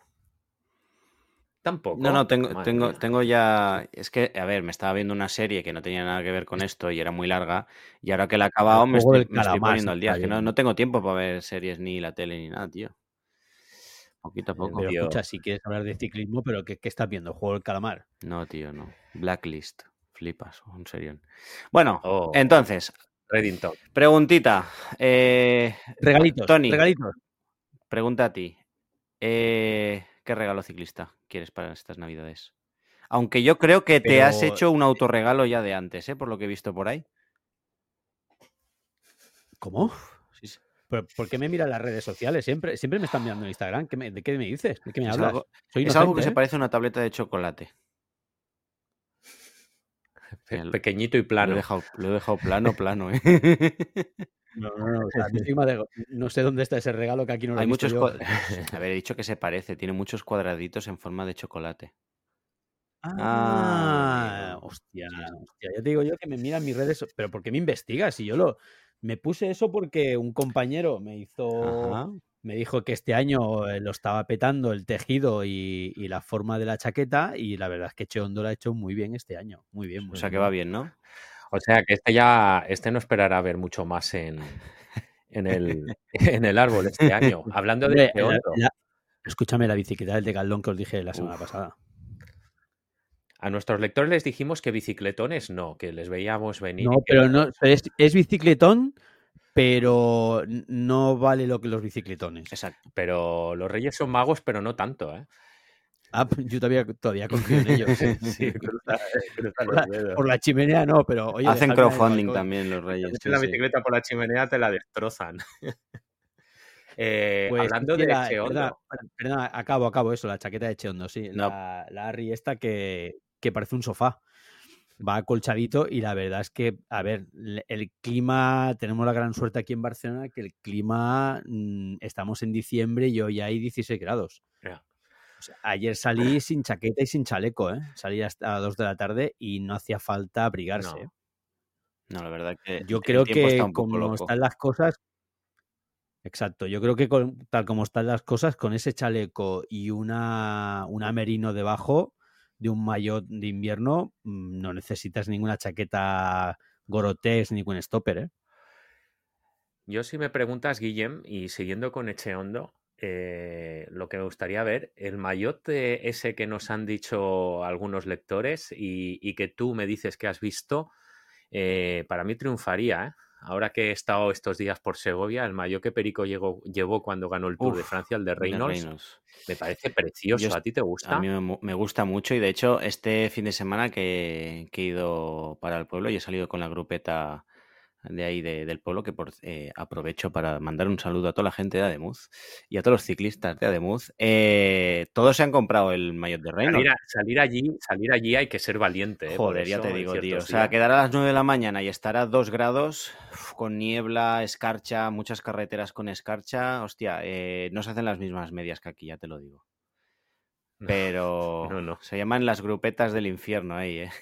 Speaker 4: Tampoco.
Speaker 3: No, no, tengo,
Speaker 4: Madre
Speaker 3: tengo,
Speaker 4: mía.
Speaker 3: tengo ya. Es que, a ver, me estaba viendo una serie que no tenía nada que ver con esto y era muy larga. Y ahora que la he acabado,
Speaker 1: El
Speaker 3: me
Speaker 1: juego
Speaker 3: estoy,
Speaker 1: del
Speaker 3: me estoy
Speaker 1: calamar
Speaker 3: poniendo al día.
Speaker 1: está
Speaker 3: Es que no,
Speaker 1: bien.
Speaker 3: no tengo tiempo para ver series ni la tele ni nada, tío. Poquito a poco.
Speaker 1: Pero
Speaker 4: tío.
Speaker 1: escucha, si quieres hablar de ciclismo, pero ¿qué, qué estás viendo? ¿Juego del calamar?
Speaker 3: No, tío, no. Blacklist. Flipas, en serio. Bueno,
Speaker 4: Oh.
Speaker 3: entonces,
Speaker 4: Reddington.
Speaker 3: preguntita. Eh,
Speaker 1: Regalitos,
Speaker 3: Tony,
Speaker 1: regalitos.
Speaker 3: pregunta a ti. Eh, ¿Qué regalo ciclista quieres para estas navidades? Aunque yo creo que te
Speaker 1: Pero-
Speaker 3: has hecho un autorregalo ya de antes, ¿eh? Por lo que he visto por ahí.
Speaker 1: ¿Cómo?
Speaker 3: Sí, sí.
Speaker 1: ¿Pero ¿Por qué me miran las redes sociales? Siempre, siempre me están mirando en Instagram. ¿Qué me- ¿De qué me dices? ¿De qué me
Speaker 3: Es
Speaker 1: hablas?
Speaker 3: algo,
Speaker 1: Soy
Speaker 3: es algo que
Speaker 1: inocente,
Speaker 3: se
Speaker 1: ¿eh?
Speaker 3: parece a una tableta de chocolate.
Speaker 4: Pe-
Speaker 3: El-
Speaker 4: Pequeñito y
Speaker 3: Lo he
Speaker 4: plano.
Speaker 3: dejado, lo he dejado plano, plano, ¿eh?
Speaker 1: No, no, no, o sea, encima de- no sé dónde está ese regalo que aquí no lo he
Speaker 3: Hay
Speaker 1: visto
Speaker 3: muchos
Speaker 1: yo.
Speaker 3: cuad- A ver, he dicho que se parece. Tiene muchos cuadraditos en forma de chocolate.
Speaker 1: Ah,
Speaker 3: Ah,
Speaker 1: hostia, hostia, ya te digo yo que me miran mis redes, so- pero ¿por qué me investigas? Si yo lo me puse eso porque un compañero me hizo,
Speaker 3: Ajá.
Speaker 1: me dijo que este año eh, lo estaba petando el tejido y, y la forma de la chaqueta, y la verdad es que Cheondo lo ha hecho muy bien este año, muy bien, muy
Speaker 3: O sea que
Speaker 1: bien.
Speaker 3: va bien, ¿no?
Speaker 4: O sea que este ya, este no esperará ver mucho más en, en, el, en el árbol este año. Hablando de
Speaker 1: Hombre, la-
Speaker 4: Cheondo,
Speaker 1: la- escúchame, la bicicleta del Decathlon que os dije la semana
Speaker 3: Uf.
Speaker 1: pasada.
Speaker 4: A nuestros lectores les dijimos que bicicletones no, que les veíamos venir.
Speaker 1: No, pero no, pero es, es bicicletón, pero no vale lo que los bicicletones.
Speaker 3: Exacto.
Speaker 4: Pero los Reyes son magos, pero no tanto, ¿eh?
Speaker 1: Ah, yo todavía, todavía confío en ellos. ¿eh?
Speaker 4: Sí, cruza, cruza
Speaker 1: Por,
Speaker 4: los
Speaker 1: la,
Speaker 4: dedos.
Speaker 1: por la chimenea no, pero oye,
Speaker 3: hacen
Speaker 1: dejadme en el
Speaker 3: crowdfunding
Speaker 1: balcón.
Speaker 3: también los Reyes.
Speaker 4: Te
Speaker 3: Sí,
Speaker 4: meten la
Speaker 3: sí.
Speaker 4: bicicleta por la chimenea, te la destrozan. Eh,
Speaker 1: Pues
Speaker 4: hablando
Speaker 1: sí,
Speaker 4: de
Speaker 1: la-
Speaker 4: Echeondo,
Speaker 1: perdona, perdona, acabo, acabo eso, la chaqueta de Echeondo, sí.
Speaker 3: No.
Speaker 1: La, la Harry esta que, que parece un sofá. Va acolchadito y la verdad es que, a ver, le- el clima, tenemos la gran suerte aquí en Barcelona que el clima, mm, estamos en diciembre y hoy hay dieciséis grados.
Speaker 4: Ya.
Speaker 1: O sea, ayer salí sin chaqueta y sin chaleco, ¿eh? Salí hasta las dos de la tarde y no hacía falta abrigarse. ¿eh?
Speaker 4: No.
Speaker 3: No, la verdad que
Speaker 1: Yo
Speaker 3: el
Speaker 1: creo
Speaker 3: tiempo está
Speaker 1: que
Speaker 3: un poco
Speaker 1: como
Speaker 3: loco.
Speaker 1: están las cosas, exacto, yo creo que con- tal como están las cosas, con ese chaleco y una, una merino debajo de un maillot de invierno, mm, no necesitas ninguna chaqueta Gore-Tex ni ningún stopper, ¿eh?
Speaker 4: Yo si me preguntas, Guillem, y siguiendo con Echeondo, eh, lo que me gustaría ver, el maillot de ese que nos han dicho algunos lectores y, y que tú me dices que has visto, eh, para mí triunfaría, ¿eh? Ahora que he estado estos días por Segovia, el maillot que Perico llegó, llevó cuando ganó el Tour
Speaker 3: Uf,
Speaker 4: de Francia, el de
Speaker 3: de
Speaker 4: Reynolds,
Speaker 3: Reynolds.
Speaker 4: me parece precioso.
Speaker 3: Yo
Speaker 4: ¿A ti te gusta?
Speaker 3: A mí me, me gusta mucho y de hecho este fin de semana que, que he ido para el pueblo y he salido con la grupeta de ahí de- del pueblo, que por, eh, aprovecho para mandar un saludo a toda la gente de Ademuz y a todos los ciclistas de Ademuz. Eh, todos se han comprado el maillot de
Speaker 4: Salir,
Speaker 3: Reynolds.
Speaker 4: a- salir allí, salir allí hay que ser valiente, ¿eh? Por
Speaker 3: Joder, ya
Speaker 4: eso,
Speaker 3: te
Speaker 4: en
Speaker 3: digo, tío. O
Speaker 4: ciertos
Speaker 3: sea,
Speaker 4: días.
Speaker 3: quedar a las nueve de la mañana y estar a dos grados, uf, con niebla, escarcha, muchas carreteras con escarcha. Hostia, eh, no se hacen las mismas medias que aquí, ya te lo digo. Pero
Speaker 4: No, no.
Speaker 3: se llaman las grupetas del infierno ahí, ¿eh?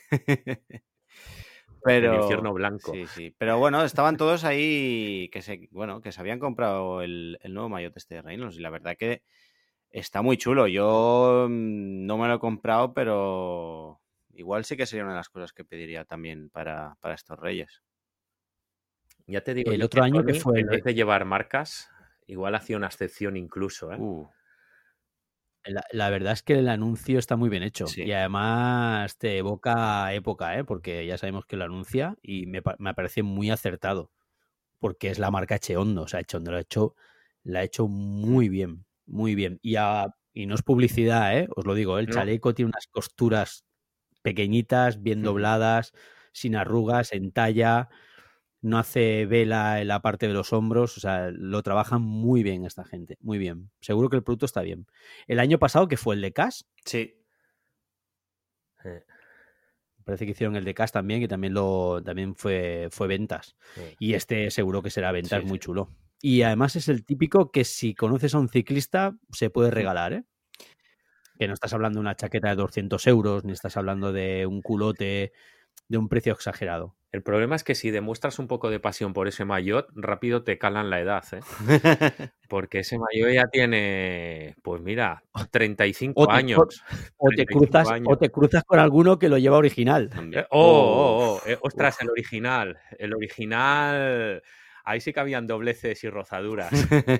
Speaker 4: El
Speaker 3: Pero
Speaker 4: infierno blanco.
Speaker 3: sí, sí. Pero bueno, estaban todos ahí que se, bueno, que se habían comprado el, el nuevo maillot este de Reynolds y la verdad que está muy chulo. Yo mm, no me lo he comprado, pero igual sí que sería una de las cosas que pediría también para, para estos Reyes.
Speaker 4: Ya te digo
Speaker 1: El
Speaker 4: yo
Speaker 1: otro
Speaker 4: que
Speaker 1: año que
Speaker 4: Tony,
Speaker 1: fue
Speaker 4: en
Speaker 1: el
Speaker 4: vez
Speaker 1: de-
Speaker 4: de llevar marcas, igual hacía una excepción incluso, ¿eh?
Speaker 3: Uh,
Speaker 1: La, la verdad es que el anuncio está muy bien hecho
Speaker 3: Sí.
Speaker 1: y además te evoca época, ¿eh? Porque ya sabemos que lo anuncia y me, pa- me parece muy acertado porque es la marca Echeondo, o sea, Echeondo lo ha hecho, la ha hecho muy bien, muy bien. Y, a- y no es publicidad, ¿eh? Os lo digo, el
Speaker 4: No.
Speaker 1: chaleco tiene unas costuras pequeñitas, bien
Speaker 3: Ujú.
Speaker 1: dobladas, sin arrugas, en talla, no hace vela en la parte de los hombros, o sea, lo trabajan muy bien esta gente, muy bien. Seguro que el producto está bien. El año pasado, que fue el de Cash,
Speaker 3: Sí.
Speaker 4: Eh,
Speaker 1: parece que hicieron el de Cash también, que también lo también fue, fue ventas.
Speaker 4: eh.
Speaker 1: Y este seguro que será ventas,
Speaker 3: Sí,
Speaker 1: muy
Speaker 3: sí.
Speaker 1: chulo. Y además es el típico que si conoces a un ciclista se puede regalar, ¿eh? Que no estás hablando de una chaqueta de doscientos euros, ni estás hablando de un culote de un precio exagerado.
Speaker 4: El problema es que si demuestras un poco de pasión por ese maillot, rápido te calan la edad, ¿eh? Porque ese maillot ya tiene, pues mira, treinta y cinco
Speaker 1: O te,
Speaker 4: años.
Speaker 1: o, te
Speaker 4: treinta y cinco
Speaker 1: cruzas,
Speaker 4: años.
Speaker 1: o te cruzas con alguno que lo lleva original.
Speaker 3: También.
Speaker 4: Eh, oh, oh, oh, eh,
Speaker 3: Uf,
Speaker 4: ostras,
Speaker 3: uf.
Speaker 4: el original. El original. Ahí sí que habían dobleces y rozaduras.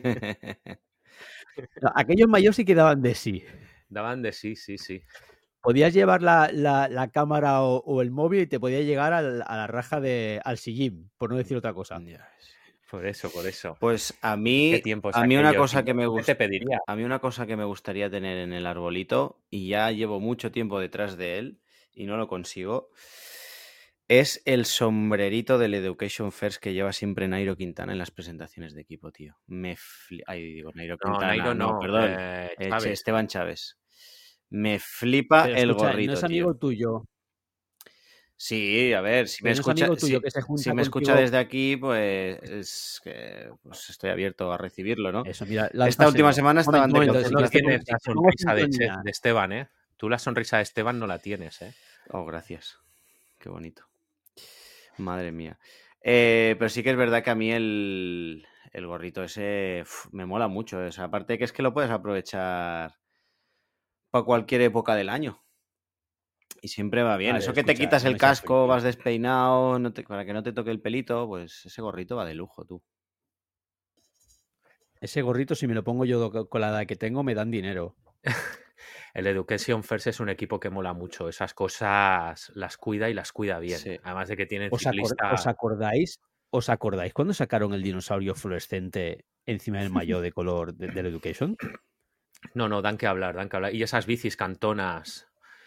Speaker 1: No, aquellos mayores sí que daban de sí.
Speaker 4: Daban de sí, sí, sí.
Speaker 1: Podías llevar la, la, la cámara o, o el móvil y te podía llegar al, a la raja de al sillín, por no decir otra cosa.
Speaker 3: Ya ves.
Speaker 4: Por eso, por eso.
Speaker 3: Pues a
Speaker 4: ¿Qué
Speaker 3: mí,
Speaker 4: tiempos
Speaker 3: a mí una
Speaker 4: aquellos?
Speaker 3: cosa que me
Speaker 4: ¿Qué
Speaker 3: gusta,
Speaker 4: te pediría?
Speaker 3: a mí una cosa que me gustaría tener en el arbolito y ya llevo mucho tiempo detrás de él y no lo consigo, es el sombrerito del Education First que lleva siempre Nairo Quintana en las presentaciones de equipo, tío. Me fli- Ay, digo Nairo
Speaker 4: No,
Speaker 3: Quintana,
Speaker 4: Nairo
Speaker 3: no,
Speaker 4: no.
Speaker 3: perdón.
Speaker 4: eh,
Speaker 3: Eh, Che-
Speaker 4: Chávez.
Speaker 3: Esteban Chávez. Me flipa
Speaker 1: Pero
Speaker 3: el
Speaker 1: escucha,
Speaker 3: gorrito,
Speaker 1: no es
Speaker 3: tío.
Speaker 1: amigo tuyo.
Speaker 3: Sí, a ver, si me
Speaker 1: Pero no es
Speaker 3: escucha,
Speaker 1: amigo tuyo
Speaker 3: si,
Speaker 1: que se junta
Speaker 3: si me escucha
Speaker 1: contigo.
Speaker 3: desde aquí, pues es que pues estoy abierto a recibirlo, ¿no?
Speaker 1: Eso, mira,
Speaker 3: Esta última
Speaker 1: lánzaselo.
Speaker 3: semana
Speaker 1: Momento,
Speaker 3: estaban de
Speaker 1: momento,
Speaker 4: Pero
Speaker 3: que-
Speaker 4: tú
Speaker 1: si
Speaker 4: no
Speaker 1: que hace
Speaker 4: tienes
Speaker 1: como-
Speaker 4: la
Speaker 1: si que pongo
Speaker 4: sonrisa de, Che-
Speaker 1: sintonía.
Speaker 4: de Esteban, ¿eh? Tú la sonrisa de Esteban no la tienes, ¿eh?
Speaker 3: Oh, gracias. Qué bonito. Madre mía. Eh, pero sí que es verdad que a mí el, el gorrito ese uf, me mola mucho. O sea, aparte que es que lo puedes aprovechar para cualquier época del año. Y siempre va bien.
Speaker 1: A ver,
Speaker 3: Eso que te
Speaker 1: escucha,
Speaker 3: quitas
Speaker 1: no
Speaker 3: el
Speaker 1: me seas
Speaker 3: casco,
Speaker 1: friki.
Speaker 3: vas despeinado, no te- para que no te toque el pelito, pues ese gorrito va de lujo, tú.
Speaker 1: Ese gorrito, si me lo pongo yo do- con la edad que tengo, me dan dinero.
Speaker 6: El Education First es un equipo que mola mucho. Esas cosas las cuida y las cuida bien.
Speaker 3: Sí.
Speaker 6: Además de que tienen
Speaker 1: ¿Os, acor-
Speaker 6: ciclistas...
Speaker 1: ¿Os acordáis? ¿Os acordáis cuando sacaron el dinosaurio fluorescente encima del maillot de color de- del Education?
Speaker 6: No, no, dan que hablar, dan que hablar. Y esas bicis cantonas...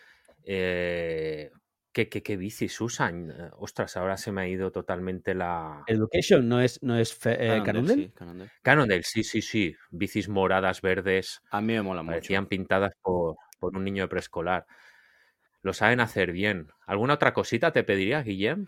Speaker 6: Eh... ¿Qué, qué, qué bicis usan? Eh, ostras, ahora se me ha ido totalmente la...
Speaker 1: Education no es, no es fe- eh,
Speaker 3: Cannondale,
Speaker 1: Cannondale.
Speaker 3: sí, Cannondale.
Speaker 6: Cannondale, sí, sí, sí. Bicis moradas, verdes,
Speaker 3: A mí me mola
Speaker 6: parecían
Speaker 3: mucho.
Speaker 6: pintadas por, por un niño de preescolar. Lo saben hacer bien. ¿Alguna otra cosita te pedirías, Guillem?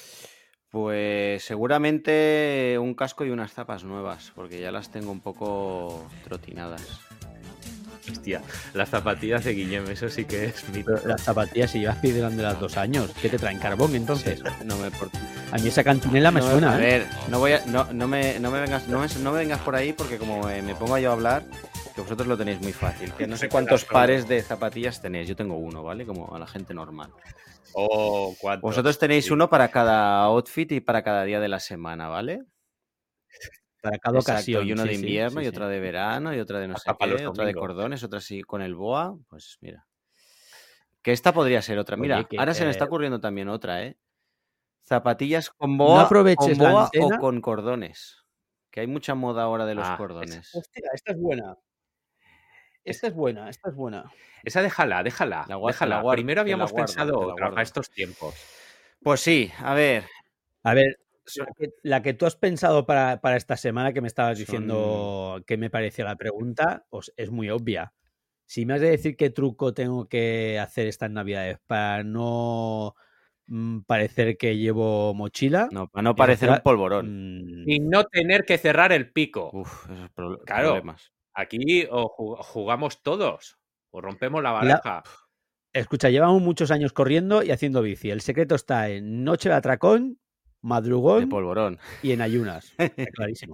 Speaker 3: Pues seguramente un casco y unas zapas nuevas, porque ya las tengo un poco trotinadas.
Speaker 6: Hostia, las zapatillas de Guillem, eso sí que es mito.
Speaker 1: Pero las zapatillas, si llevas pidiendo las dos años, ¿qué te traen? ¿Carbón entonces?
Speaker 3: No me por-
Speaker 1: A mí esa cantinela me
Speaker 3: no
Speaker 1: suena,
Speaker 3: A
Speaker 1: ¿eh?
Speaker 3: ver, no voy a, no, no me, no me vengas, no me, no me vengas por ahí porque como me, me pongo yo a hablar, que vosotros lo tenéis muy fácil. Que no sé cuántos pares de zapatillas tenéis. Yo tengo uno, ¿vale? Como a la gente normal.
Speaker 6: Oh, ¿cuántos?
Speaker 3: Vosotros tenéis
Speaker 6: Sí.
Speaker 3: uno para cada outfit y para cada día de la semana, ¿vale?
Speaker 1: Para cada
Speaker 3: Exacto,
Speaker 1: ocasión.
Speaker 3: y uno
Speaker 1: sí,
Speaker 3: de
Speaker 1: sí,
Speaker 3: invierno
Speaker 1: sí,
Speaker 3: y
Speaker 1: sí.
Speaker 3: otra de verano y otra de no
Speaker 6: Hasta
Speaker 3: sé
Speaker 6: para
Speaker 3: qué,
Speaker 6: los
Speaker 3: otra de
Speaker 6: domingos.
Speaker 3: cordones, otra así con el boa, pues mira. Que esta podría ser otra.
Speaker 1: Oye,
Speaker 3: Mira,
Speaker 1: que,
Speaker 3: ahora se me está
Speaker 1: eh,
Speaker 3: ocurriendo también otra, ¿eh? Zapatillas con
Speaker 1: No
Speaker 3: boa,
Speaker 1: aproveches
Speaker 3: con
Speaker 1: la
Speaker 3: boa
Speaker 1: antena.
Speaker 3: o con cordones. Que hay mucha moda ahora de los
Speaker 6: Ah,
Speaker 3: cordones.
Speaker 1: Hostia, esta es buena. Esta es buena, esta es buena.
Speaker 6: Esa déjala, déjala,
Speaker 3: La gua- te
Speaker 6: déjala.
Speaker 3: la guardo,
Speaker 6: Primero
Speaker 3: te la
Speaker 6: habíamos
Speaker 3: guardo, te
Speaker 6: pensado
Speaker 3: la
Speaker 6: otra para
Speaker 3: guardo.
Speaker 6: estos tiempos.
Speaker 3: Pues sí, a ver.
Speaker 1: A ver,
Speaker 3: Son-
Speaker 1: la que, la que tú has pensado para, para esta semana, que me estabas
Speaker 3: Son-
Speaker 1: diciendo qué me parecía la pregunta, os- es muy obvia. Si me has de decir qué truco tengo que hacer estas navidades para no mm, parecer que llevo mochila,
Speaker 3: No, para no
Speaker 1: es
Speaker 3: parecer
Speaker 1: hacer-
Speaker 3: un polvorón.
Speaker 1: mm,
Speaker 6: Y no tener que cerrar el pico.
Speaker 3: Uf, esos pro-
Speaker 6: Claro.
Speaker 3: problemas.
Speaker 6: Aquí o ju- jugamos todos o rompemos la
Speaker 1: La-
Speaker 6: baraja.
Speaker 1: Escucha, llevamos muchos años corriendo y haciendo bici. El secreto está en noche de atracón,
Speaker 3: De
Speaker 1: madrugón
Speaker 3: polvorón.
Speaker 1: y en ayunas. Está clarísimo.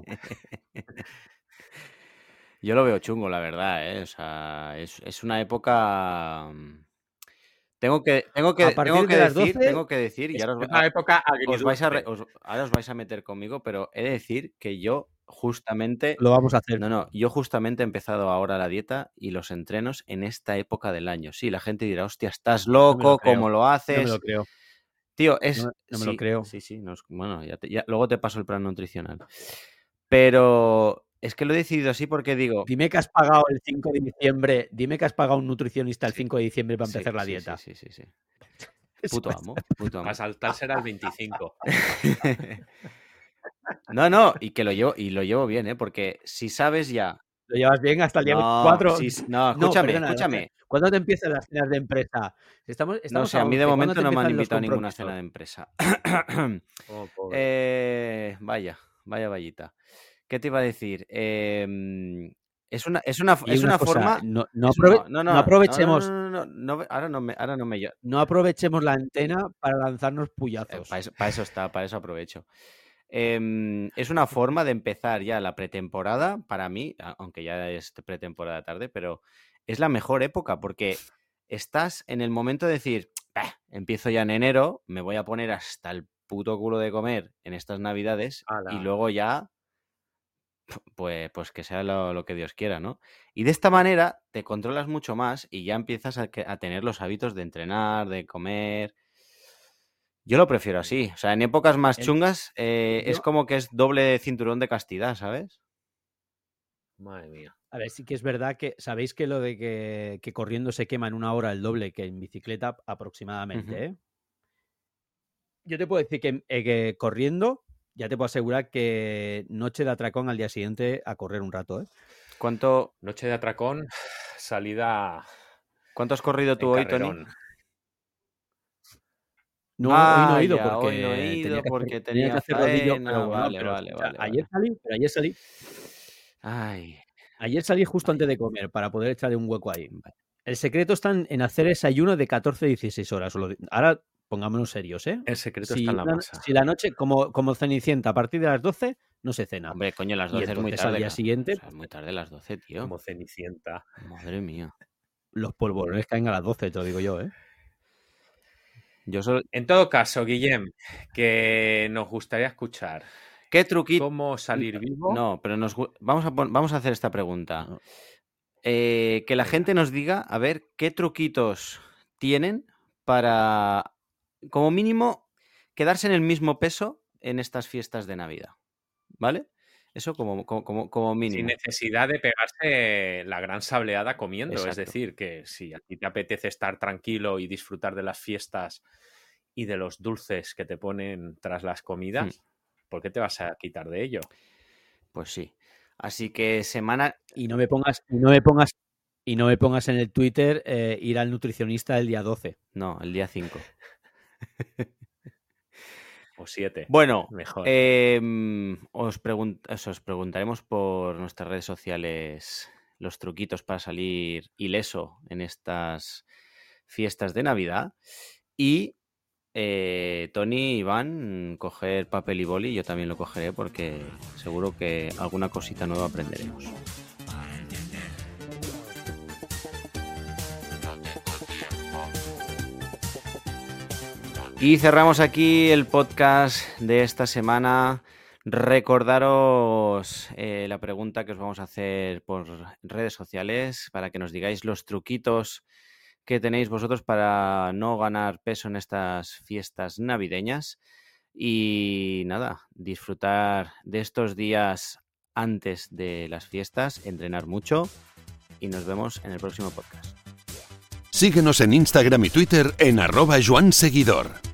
Speaker 3: Yo lo veo chungo, la verdad, ¿eh? O sea, es, es una época. mm, Tengo que, tengo que,
Speaker 1: A partir
Speaker 3: tengo
Speaker 1: de
Speaker 3: que
Speaker 1: las
Speaker 3: decir,
Speaker 1: doce,
Speaker 3: tengo que decir, y
Speaker 6: Es
Speaker 3: ahora os,
Speaker 6: una época
Speaker 3: os vais a re-
Speaker 6: agridulce.
Speaker 3: os- ahora os vais a meter conmigo, pero he de decir que yo justamente.
Speaker 1: lo vamos a hacer.
Speaker 3: No, no, yo justamente he empezado ahora la dieta y los entrenos en esta época del año. Sí, la gente dirá, hostia, estás
Speaker 1: No me lo
Speaker 3: loco,
Speaker 1: creo.
Speaker 3: ¿cómo lo
Speaker 1: No
Speaker 3: haces?
Speaker 1: me lo creo.
Speaker 3: Tío, es.
Speaker 1: No, no me lo
Speaker 3: sí,
Speaker 1: creo.
Speaker 3: Sí, sí, no es- bueno, ya te- ya- luego te paso el plan nutricional. Pero es que lo he decidido así porque digo.
Speaker 1: Dime que has pagado el cinco de diciembre. Dime que has pagado un nutricionista el
Speaker 3: Sí,
Speaker 1: cinco de diciembre para
Speaker 3: sí,
Speaker 1: empezar la
Speaker 3: sí,
Speaker 1: dieta.
Speaker 3: Sí, sí, sí, sí. Puto amo, puto amo.
Speaker 6: Para saltar será el veinticinco.
Speaker 3: No, no, y que lo llevo, y lo llevo bien, ¿eh? Porque si sabes ya.
Speaker 1: Lo llevas bien hasta el día
Speaker 3: No,
Speaker 1: veinticuatro.
Speaker 3: si- no, escúchame,
Speaker 1: perdona,
Speaker 3: escúchame.
Speaker 1: ¿Cuándo te empiezan las cenas de empresa? Estamos,
Speaker 3: No
Speaker 1: estamos
Speaker 3: sé, a mí de
Speaker 1: once. ¿Cuándo
Speaker 3: momento
Speaker 1: te
Speaker 3: no me han
Speaker 1: empiezan los
Speaker 3: invitado a ninguna
Speaker 1: compromisos?
Speaker 3: cena de empresa.
Speaker 6: Oh, pobre.
Speaker 3: Eh, vaya, vaya vallita. ¿Qué te iba a decir? Eh, es una, es una,
Speaker 1: Y
Speaker 3: es
Speaker 1: una
Speaker 3: una
Speaker 1: cosa,
Speaker 3: forma.
Speaker 1: no, no,
Speaker 3: es-
Speaker 1: aprove-
Speaker 3: no, no,
Speaker 1: no
Speaker 3: no,
Speaker 1: aprovechemos,
Speaker 3: No, no, no, no, no, ahora no me, ahora no me.
Speaker 1: no aprovechemos la antena para lanzarnos puyazos.
Speaker 3: Para eso, pa' eso está, para eso aprovecho. Em, es una forma de empezar ya la pretemporada, para mí, a- aunque ya es pretemporada tarde, pero es la mejor época porque estás en el momento de decir, "Bah, empiezo ya en enero, me voy a poner hasta el puto culo de comer en estas navidades
Speaker 6: Ala.
Speaker 3: y luego ya, pues, pues que sea lo, lo que Dios quiera, ¿no? Y de esta manera te controlas mucho más y ya empiezas a, que- a tener los hábitos de entrenar, de comer. Yo lo prefiero así. O sea, en épocas más
Speaker 1: El-
Speaker 3: chungas eh, es
Speaker 1: yo-
Speaker 3: como que es doble cinturón de castidad, ¿sabes?
Speaker 6: Madre mía.
Speaker 1: A ver, sí que es verdad que sabéis que lo de que, que corriendo se quema en una hora el doble que en bicicleta aproximadamente,
Speaker 3: Ujú.
Speaker 1: ¿eh? Yo te puedo decir que, eh, que corriendo, ya te puedo asegurar que noche de atracón al día siguiente a correr un rato, ¿eh?
Speaker 3: ¿Cuánto,
Speaker 6: Noche de atracón, salida
Speaker 3: cuánto has corrido
Speaker 6: en
Speaker 3: tú hoy, Tony?
Speaker 6: carrerón.
Speaker 1: No, hoy no he ido
Speaker 3: Vaya,
Speaker 1: porque
Speaker 3: hoy no he ido
Speaker 1: tenía que
Speaker 3: porque
Speaker 1: hacer, tenía
Speaker 3: tenía
Speaker 1: que hacer rodillo,
Speaker 3: faena.
Speaker 1: pero bueno,
Speaker 3: Vale,
Speaker 1: pero,
Speaker 3: vale,
Speaker 1: escucha,
Speaker 3: vale,
Speaker 1: ayer
Speaker 3: vale.
Speaker 1: salí, pero ayer salí,
Speaker 3: Ay,
Speaker 1: ayer salí justo antes de comer para poder echarle un hueco ahí. El secreto está en, en hacer ese ayuno de catorce a dieciséis horas. Os lo di- Ahora pongámonos serios, ¿eh?
Speaker 6: El secreto
Speaker 1: Si
Speaker 6: está en la
Speaker 1: la,
Speaker 6: masa.
Speaker 1: si la noche, como, como Cenicienta, a partir de las doce, no se cena.
Speaker 3: hombre, coño, las
Speaker 1: Y
Speaker 3: doce es muy
Speaker 1: entonces al
Speaker 3: tarde.
Speaker 1: día
Speaker 3: ca-
Speaker 1: siguiente,
Speaker 3: o sea, es muy tarde las doce, tío.
Speaker 6: Como Cenicienta.
Speaker 3: Madre mía.
Speaker 1: los polvorones caen a las doce, te lo digo yo, ¿eh?
Speaker 3: Yo solo...
Speaker 6: En todo caso, Guillem, que nos gustaría escuchar.
Speaker 3: ¿Qué truquito?
Speaker 6: ¿Cómo salir vivo?
Speaker 3: No, pero nos gu- vamos a pon- vamos a hacer esta pregunta.
Speaker 1: No.
Speaker 3: Eh, que la gente nos diga, a ver, qué truquitos tienen para, como mínimo, quedarse en el mismo peso en estas fiestas de Navidad, ¿vale? Eso como, como, como mínimo.
Speaker 6: Sin necesidad de pegarse la gran sableada comiendo.
Speaker 3: Exacto.
Speaker 6: Es decir, que si a ti te apetece estar tranquilo y disfrutar de las fiestas y de los dulces que te ponen tras las comidas, hmm. ¿por qué te vas a quitar de ello?
Speaker 3: Pues sí. Así que semana...
Speaker 1: Y no me pongas, y no me pongas, y no me pongas en el Twitter eh, ir al nutricionista el día doce.
Speaker 3: No, el día cinco.
Speaker 6: O siete.
Speaker 3: Bueno,
Speaker 6: mejor.
Speaker 3: Eh, os, pregunt os preguntaremos por nuestras redes sociales los truquitos para salir ileso en estas fiestas de Navidad. Y eh, Tony y Iván, coger papel y boli, yo también lo cogeré porque seguro que alguna cosita nueva aprenderemos. Y cerramos aquí el podcast de esta semana. Recordaros eh, la pregunta que os vamos a hacer por redes sociales para que nos digáis los truquitos que tenéis vosotros para no ganar peso en estas fiestas navideñas. Y nada, disfrutar de estos días antes de las fiestas, entrenar mucho y nos vemos en el próximo podcast.
Speaker 2: Síguenos en Instagram y Twitter en arroba Joan Seguidor.